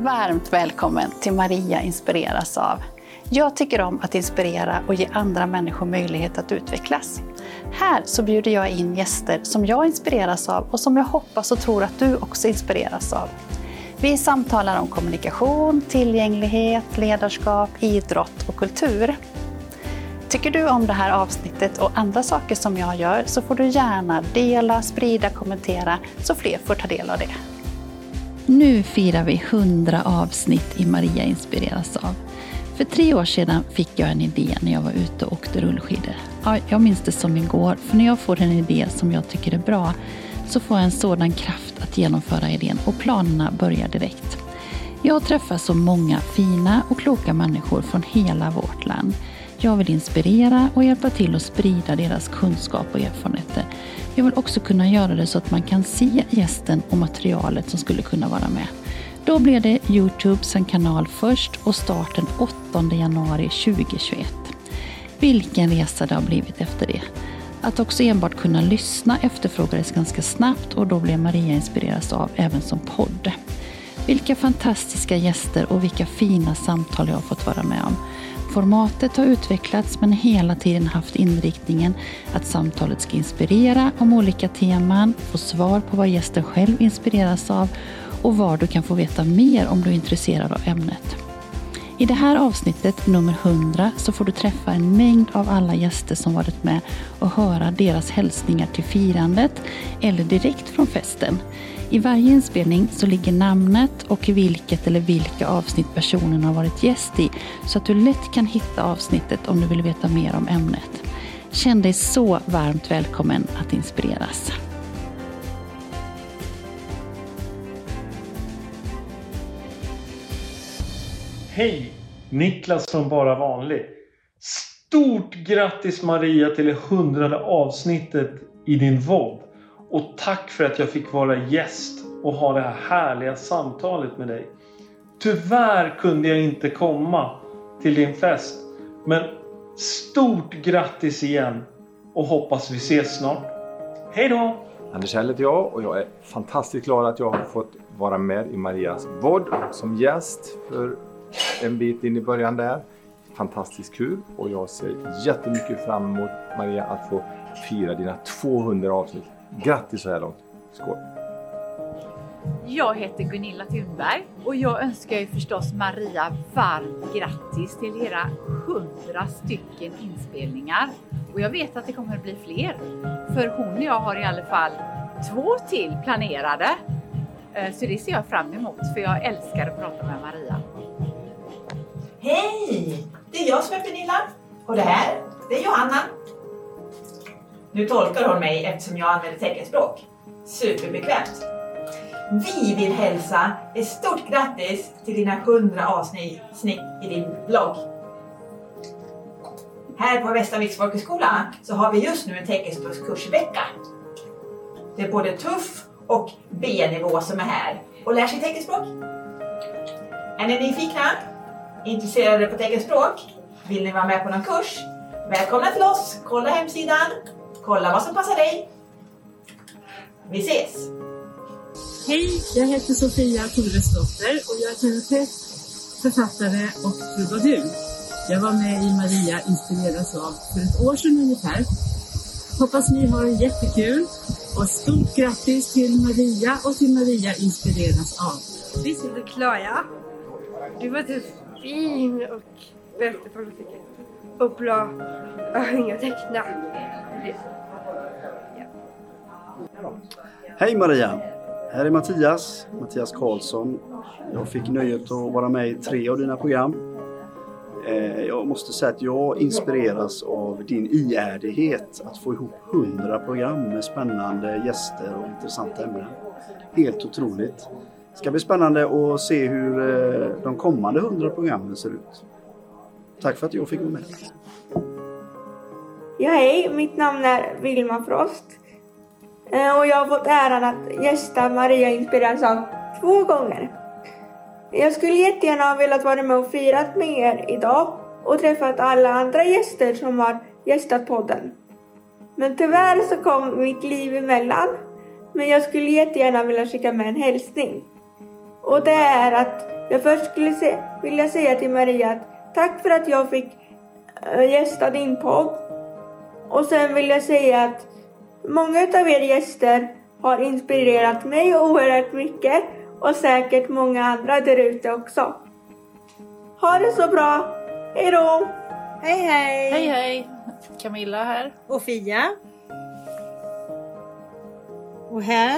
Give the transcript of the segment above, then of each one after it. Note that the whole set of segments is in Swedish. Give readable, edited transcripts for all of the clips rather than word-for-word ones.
Varmt välkommen till Maria inspireras av. Jag tycker om att inspirera och ge andra människor möjlighet att utvecklas. Här så bjuder jag in gäster som jag inspireras av och som jag hoppas och tror att du också inspireras av. Vi samtalar om kommunikation, tillgänglighet, ledarskap, idrott och kultur. Tycker du om det här avsnittet och andra saker som jag gör så får du gärna dela, sprida, kommentera så fler får ta del av det. Nu firar vi 100 avsnitt i Maria inspireras av. För 3 år sedan fick jag en idé när jag var ute och åkte rullskidor. Ja, jag minns det som igår, för när jag får en idé som jag tycker är bra så får jag en sådan kraft att genomföra idén och planerna börjar direkt. Jag träffar så många fina och kloka människor från hela vårt land. Jag vill inspirera och hjälpa till att sprida deras kunskap och erfarenheter. Jag vill också kunna göra det så att man kan se gästen och materialet som skulle kunna vara med. Då blev det YouTube som kanal först och starten 8 januari 2021. Vilken resa det har blivit efter det. Att också enbart kunna lyssna efterfrågades ganska snabbt och då blev Maria inspireras av även som podd. Vilka fantastiska gäster och vilka fina samtal jag har fått vara med om. Formatet har utvecklats men hela tiden haft inriktningen att samtalet ska inspirera om olika teman, få svar på vad gästen själv inspireras av och var du kan få veta mer om du är intresserad av ämnet. I det här avsnittet nummer 100 så får du träffa en mängd av alla gäster som varit med och höra deras hälsningar till firandet eller direkt från festen. I varje inspelning så ligger namnet och vilket eller vilka avsnitt personen har varit gäst i så att du lätt kan hitta avsnittet om du vill veta mer om ämnet. Känn dig så varmt välkommen att inspireras. Hej! Niklas från Bara Vanlig. Stort grattis Maria till det 100:e avsnittet i din vod. Och tack för att jag fick vara gäst och ha det här härliga samtalet med dig. Tyvärr kunde jag inte komma till din fest. Men stort grattis igen och hoppas vi ses snart. Hej då! Anders Hell heter jag och jag är fantastiskt glad att jag har fått vara med i Marias vod som gäst för en bit in i början där. Fantastiskt kul och jag ser jättemycket fram emot Maria att få fira dina 200 avsnitt. Grattis så här långt. Skål! Jag heter Gunilla Thunberg och jag önskar ju förstås Maria varmt grattis till era 100 stycken inspelningar. Och jag vet att det kommer att bli fler. För hon och jag har i alla fall 2 till planerade. Så det ser jag fram emot för jag älskar att prata med Maria. Hej! Det är jag som är Pernilla. Och det här, det är Johanna. Nu tolkar hon mig eftersom jag använder teckenspråk. Superbekvämt. Vi vill hälsa ett stort grattis till dina 100 avsnitt i din blogg. Här på Västerviks folkhögskola så har vi just nu en teckenspråkskursvecka. Det är både tuff och B-nivå som är här och lär sig teckenspråk. Är ni nyfikna? Intresserade på teckenspråk? Vill ni vara med på någon kurs? Välkomna till oss! Kolla hemsidan! Kolla vad som passar dig! Vi ses! Hej, jag heter Sofia Toresdotter och jag är terapeut, författare och trubadur. Jag var med i Maria inspireras av för ett år sedan ungefär. Hoppas ni har jättekul och stort grattis till Maria och till Maria inspireras av. Visst är det Klara? Du var typ fin och bättre på musiken. Och bra att hänga och teckna. Hej Maria! Här är Mattias Karlsson. Jag fick nöjet att vara med i 3 av dina program. Jag måste säga att jag inspireras av din ihärdighet att få ihop 100 program med spännande gäster och intressanta ämnen. Helt otroligt. Det ska bli spännande att se hur de kommande 100 programmen ser ut. Tack för att jag fick vara med. Ja, hej, mitt namn är Vilma Frost. Och jag har fått äran att gästa Maria inspireras av 2 gånger. Jag skulle jättegärna ha velat vara med och firat med er idag och träffat alla andra gäster som har gästat podden. Men tyvärr så kom mitt liv emellan. Men jag skulle jättegärna vilja skicka med en hälsning. Och det är att Jag först skulle vilja säga till Maria att tack för att jag fick gästa din podd. Och sen vill jag säga att många av er gäster har inspirerat mig oerhört mycket. Och säkert många andra där ute också. Ha det så bra. Hej då! Hej hej! Hej hej! Camilla här. Och Fia. Och här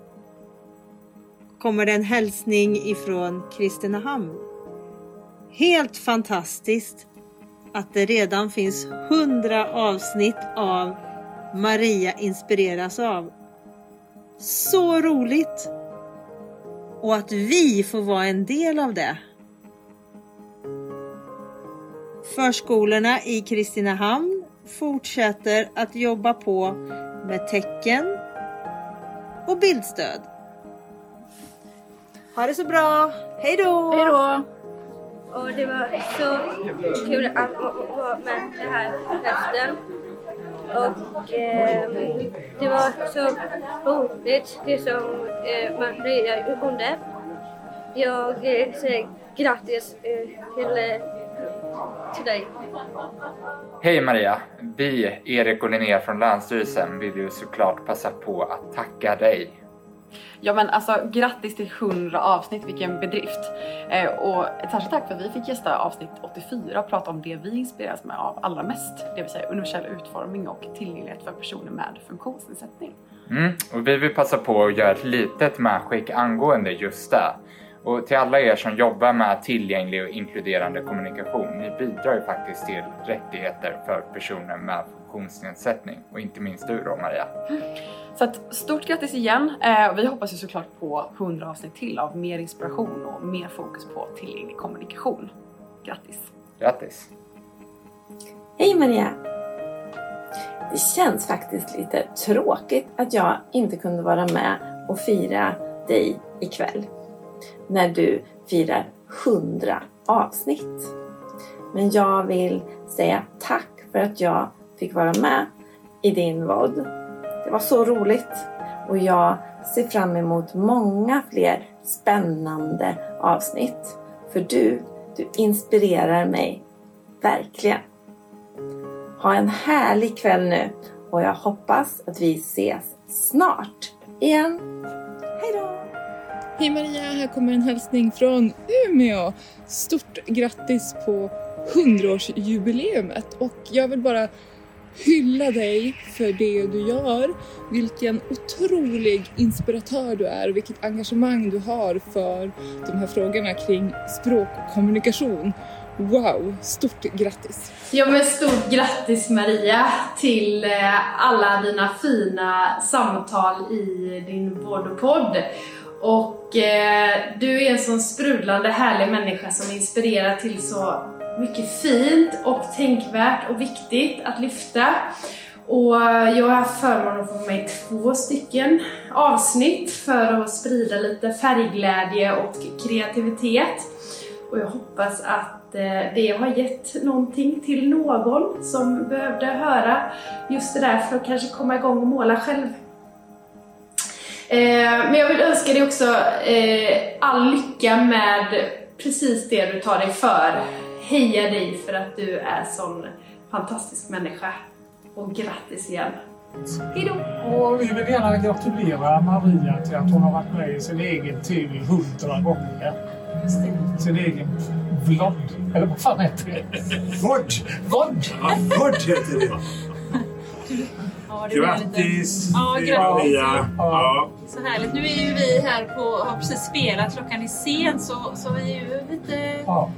kommer det en hälsning ifrån Kristinehamn. Helt fantastiskt att det redan finns 100 avsnitt av Maria inspireras av. Så roligt! Och att vi får vara en del av det. Förskolorna i Kristinehamn fortsätter att jobba på med tecken och bildstöd. Ha det så bra. Hej då! Hej då! Och det var så kul att vara med det här hösten. Och det var så roligt det som Maria gjorde. Jag säger grattis till dig. Hej Maria! Vi, Erik och Linnea från Länsstyrelsen, vill ju såklart passa på att tacka dig. Ja men alltså grattis till 100 avsnitt, vilken bedrift. Och ett särskilt tack för att vi fick gästa avsnitt 84 och prata om det vi inspireras med av allra mest. Det vill säga universell utformning och tillgänglighet för personer med funktionsnedsättning. Och vi vill passa på att göra ett litet medskick angående just det. Och till alla er som jobbar med tillgänglig och inkluderande kommunikation, ni bidrar ju faktiskt till rättigheter för personer med funktionsnedsättning. Och inte minst du då Maria. Så att, stort grattis igen. Vi hoppas ju såklart på 100 avsnitt till av mer inspiration och mer fokus på tillgänglig kommunikation. Grattis! Grattis! Hej Maria! Det känns faktiskt lite tråkigt att jag inte kunde vara med och fira dig ikväll. När du firar 100 avsnitt. Men jag vill säga tack för att jag fick vara med i din vod. Det var så roligt. Och jag ser fram emot många fler spännande avsnitt. För du inspirerar mig verkligen. Ha en härlig kväll nu. Och jag hoppas att vi ses snart igen. Hej då! Hej Maria, här kommer en hälsning från Umeå. Stort grattis på 100-årsjubileumet. Och jag vill bara hylla dig för det du gör. Vilken otrolig inspiratör du är. Vilket engagemang du har för de här frågorna kring språk och kommunikation. Wow, stort grattis! Ja men stort grattis Maria till alla dina fina samtal i din podd. Och du är en sån sprudlande härlig människa som inspirerar till så mycket fint och tänkvärt och viktigt att lyfta. Och jag har haft förmånen att få med mig 2 stycken avsnitt för att sprida lite färgglädje och kreativitet. Och jag hoppas att det har gett någonting till någon som behövde höra just det där för att kanske komma igång och måla själv. Men jag vill önska dig också all lycka med precis det du tar dig för. Heja dig för att du är sån fantastisk människa. Och grattis igen. Hejdå! Och vi vill gärna gratulera Maria till att hon har varit med i sin egen TV 100 gånger. Sin egen vlogg. Eller vad fan heter det? Vod! Ja, vod heter det. Ja, Grattis! Maria! Ja. Så härligt. Nu är ju vi här har precis spelat, klockan är sen så vi är ju lite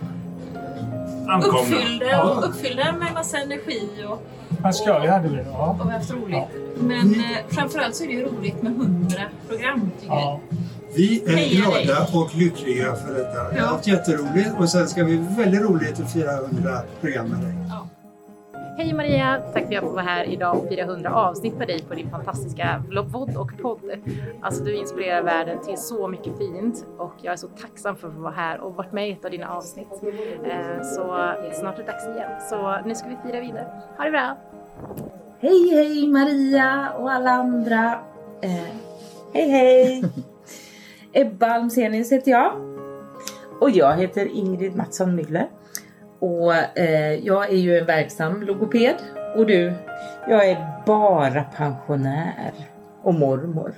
uppfyllda med massa energi och skoj hade vi. Ja. Och vi har haft roligt. Ja. Men framförallt så är det ju roligt med 100 program tycker jag. Vi är glada och lyckliga för detta. Vi har haft jätteroligt och sen ska vi väldigt roligt att fira 100 program med dig. Ja. Hej Maria, tack för att jag får vara här idag och fira 100 avsnitt med dig på din fantastiska vlogg och podd. Alltså du inspirerar världen till så mycket fint och jag är så tacksam för att få vara här och varit med i ett av dina avsnitt. Så snart är det dags igen, så nu ska vi fira vidare. Ha det bra! Hej Maria och alla andra. Hej! Ebba Almsenius heter jag. Och jag heter Ingrid Mattsson Müller. Och jag är ju en verksam logoped. Och du? Jag är bara pensionär och mormor.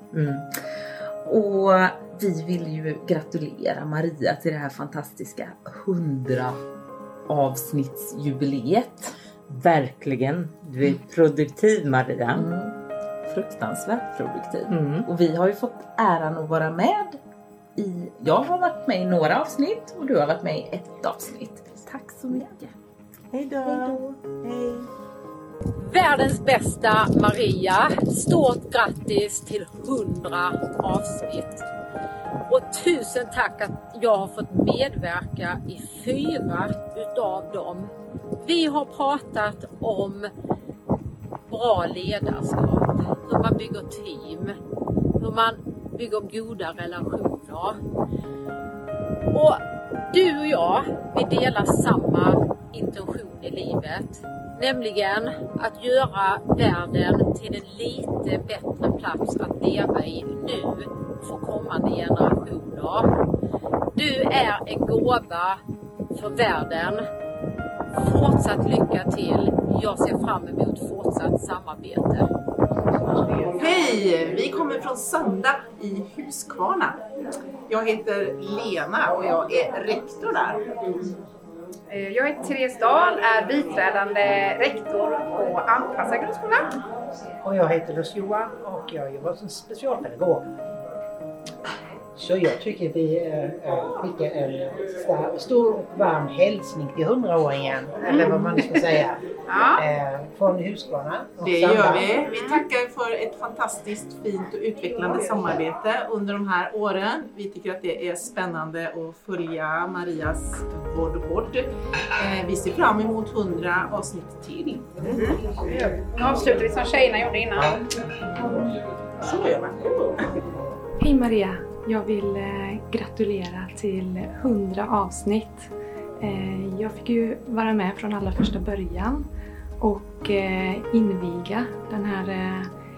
Och vi vill ju gratulera Maria till det här fantastiska 100 avsnittsjubileet. Verkligen. Du är produktiv, Maria. Fruktansvärt produktiv. Och vi har ju fått äran att vara med jag har varit med i några avsnitt och du har varit med i ett avsnitt. Tack så mycket. Hej då. Hej. Världens bästa Maria, stort grattis till 100 avsnitt. Och tusen tack att jag har fått medverka i 4 utav dem. Vi har pratat om bra ledarskap, hur man bygger team, hur man bygger goda relationer. Och du och jag, vi delar samma intention i livet. Nämligen att göra världen till en lite bättre plats att leva i nu för kommande generationer. Du är en gåva för världen. Fortsatt lycka till. Jag ser fram emot fortsatt samarbete. Hej! Vi kommer från Sanda i Huskvarna. Jag heter Lena och jag är rektor där. Jag heter Therese Dahl, är biträdande rektor på anpassad grundskola. Och jag heter Lars Johan och jag jobbar som specialpedagog. Så jag tycker vi skickar en stor och varm hälsning till 100-åringen, eller vad man ska säga, från Huskvarna. Det gör vi. Vi tackar för ett fantastiskt fint och utvecklande samarbete under de här åren. Vi tycker att det är spännande att följa Marias podd. Vi ser fram emot 100 avsnitt till. Nu avslutar vi som tjejerna gjorde innan. Så gör man. Hej Maria! Jag vill gratulera till 100 avsnitt. Jag fick ju vara med från allra första början och inviga den här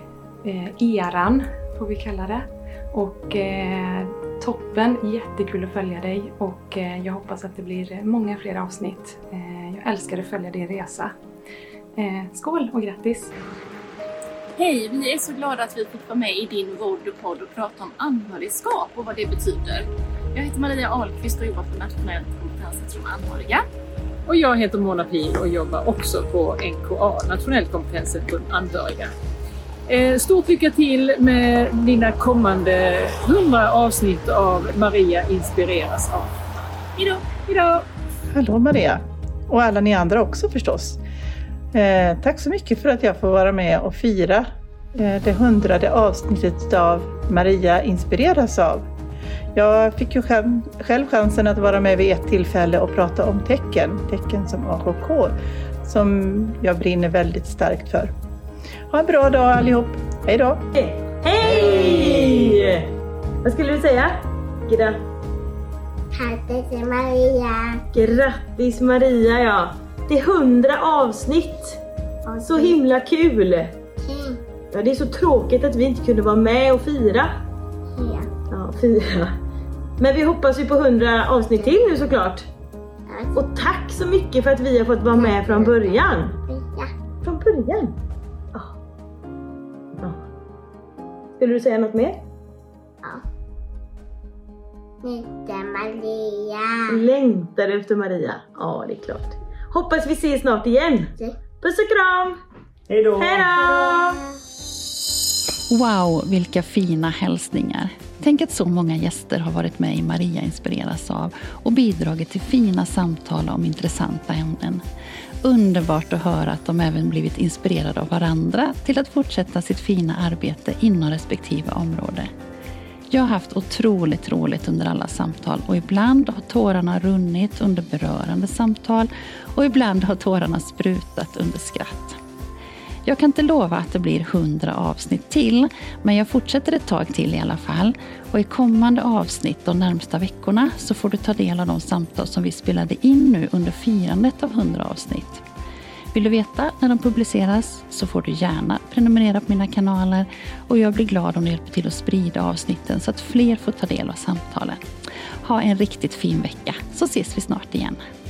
eran, får vi kalla det. Och toppen, jättekul att följa dig och jag hoppas att det blir många fler avsnitt. Jag älskar att följa din resa. Skål och grattis! Hej, vi är så glada att vi fick vara med i din podd och prata om anhörigskap och vad det betyder. Jag heter Maria Ahlqvist och jobbar på Nationellt kompetenscentrum anhöriga. Och jag heter Mona Pil och jobbar också på NKA, Nationellt kompetenscentrum anhöriga. Stort lycka till med dina kommande 100 avsnitt av Maria inspireras av. Hejdå! Hejdå! Hallå Maria! Och alla ni andra också förstås. Tack så mycket för att jag får vara med och fira det 100:e avsnittet av Maria inspireras av. Jag fick ju själv chansen att vara med vid ett tillfälle och prata om tecken som AKK, som jag brinner väldigt starkt för. Ha en bra dag allihop. Hej då! Hej! Vad skulle du säga? Grattis Maria! Grattis Maria, ja! Det är 100 avsnitt. Så himla kul. Ja, det är så tråkigt att vi inte kunde vara med och fira. Ja, fira. Men vi hoppas ju på 100 avsnitt till nu såklart. Och tack så mycket för att vi har fått vara med från början. Från början? Ja. Skulle du säga något mer? Ja. Längtar Maria. Längtar du efter Maria? Ja, det är klart. Hoppas vi ses snart igen. Puss och kram! Hej då! Hej då! Wow, vilka fina hälsningar. Tänk att så många gäster har varit med i Maria inspireras av och bidragit till fina samtal om intressanta ämnen. Underbart att höra att de även blivit inspirerade av varandra till att fortsätta sitt fina arbete inom respektive område. Jag har haft otroligt roligt under alla samtal och ibland har tårarna runnit under berörande samtal och ibland har tårarna sprutat under skratt. Jag kan inte lova att det blir 100 avsnitt till, men jag fortsätter ett tag till i alla fall. Och i kommande avsnitt de närmsta veckorna så får du ta del av de samtal som vi spelade in nu under firandet av 100 avsnitt. Vill du veta när de publiceras så får du gärna prenumerera på mina kanaler och jag blir glad om du hjälper till att sprida avsnitten så att fler får ta del av samtalen. Ha en riktigt fin vecka så ses vi snart igen.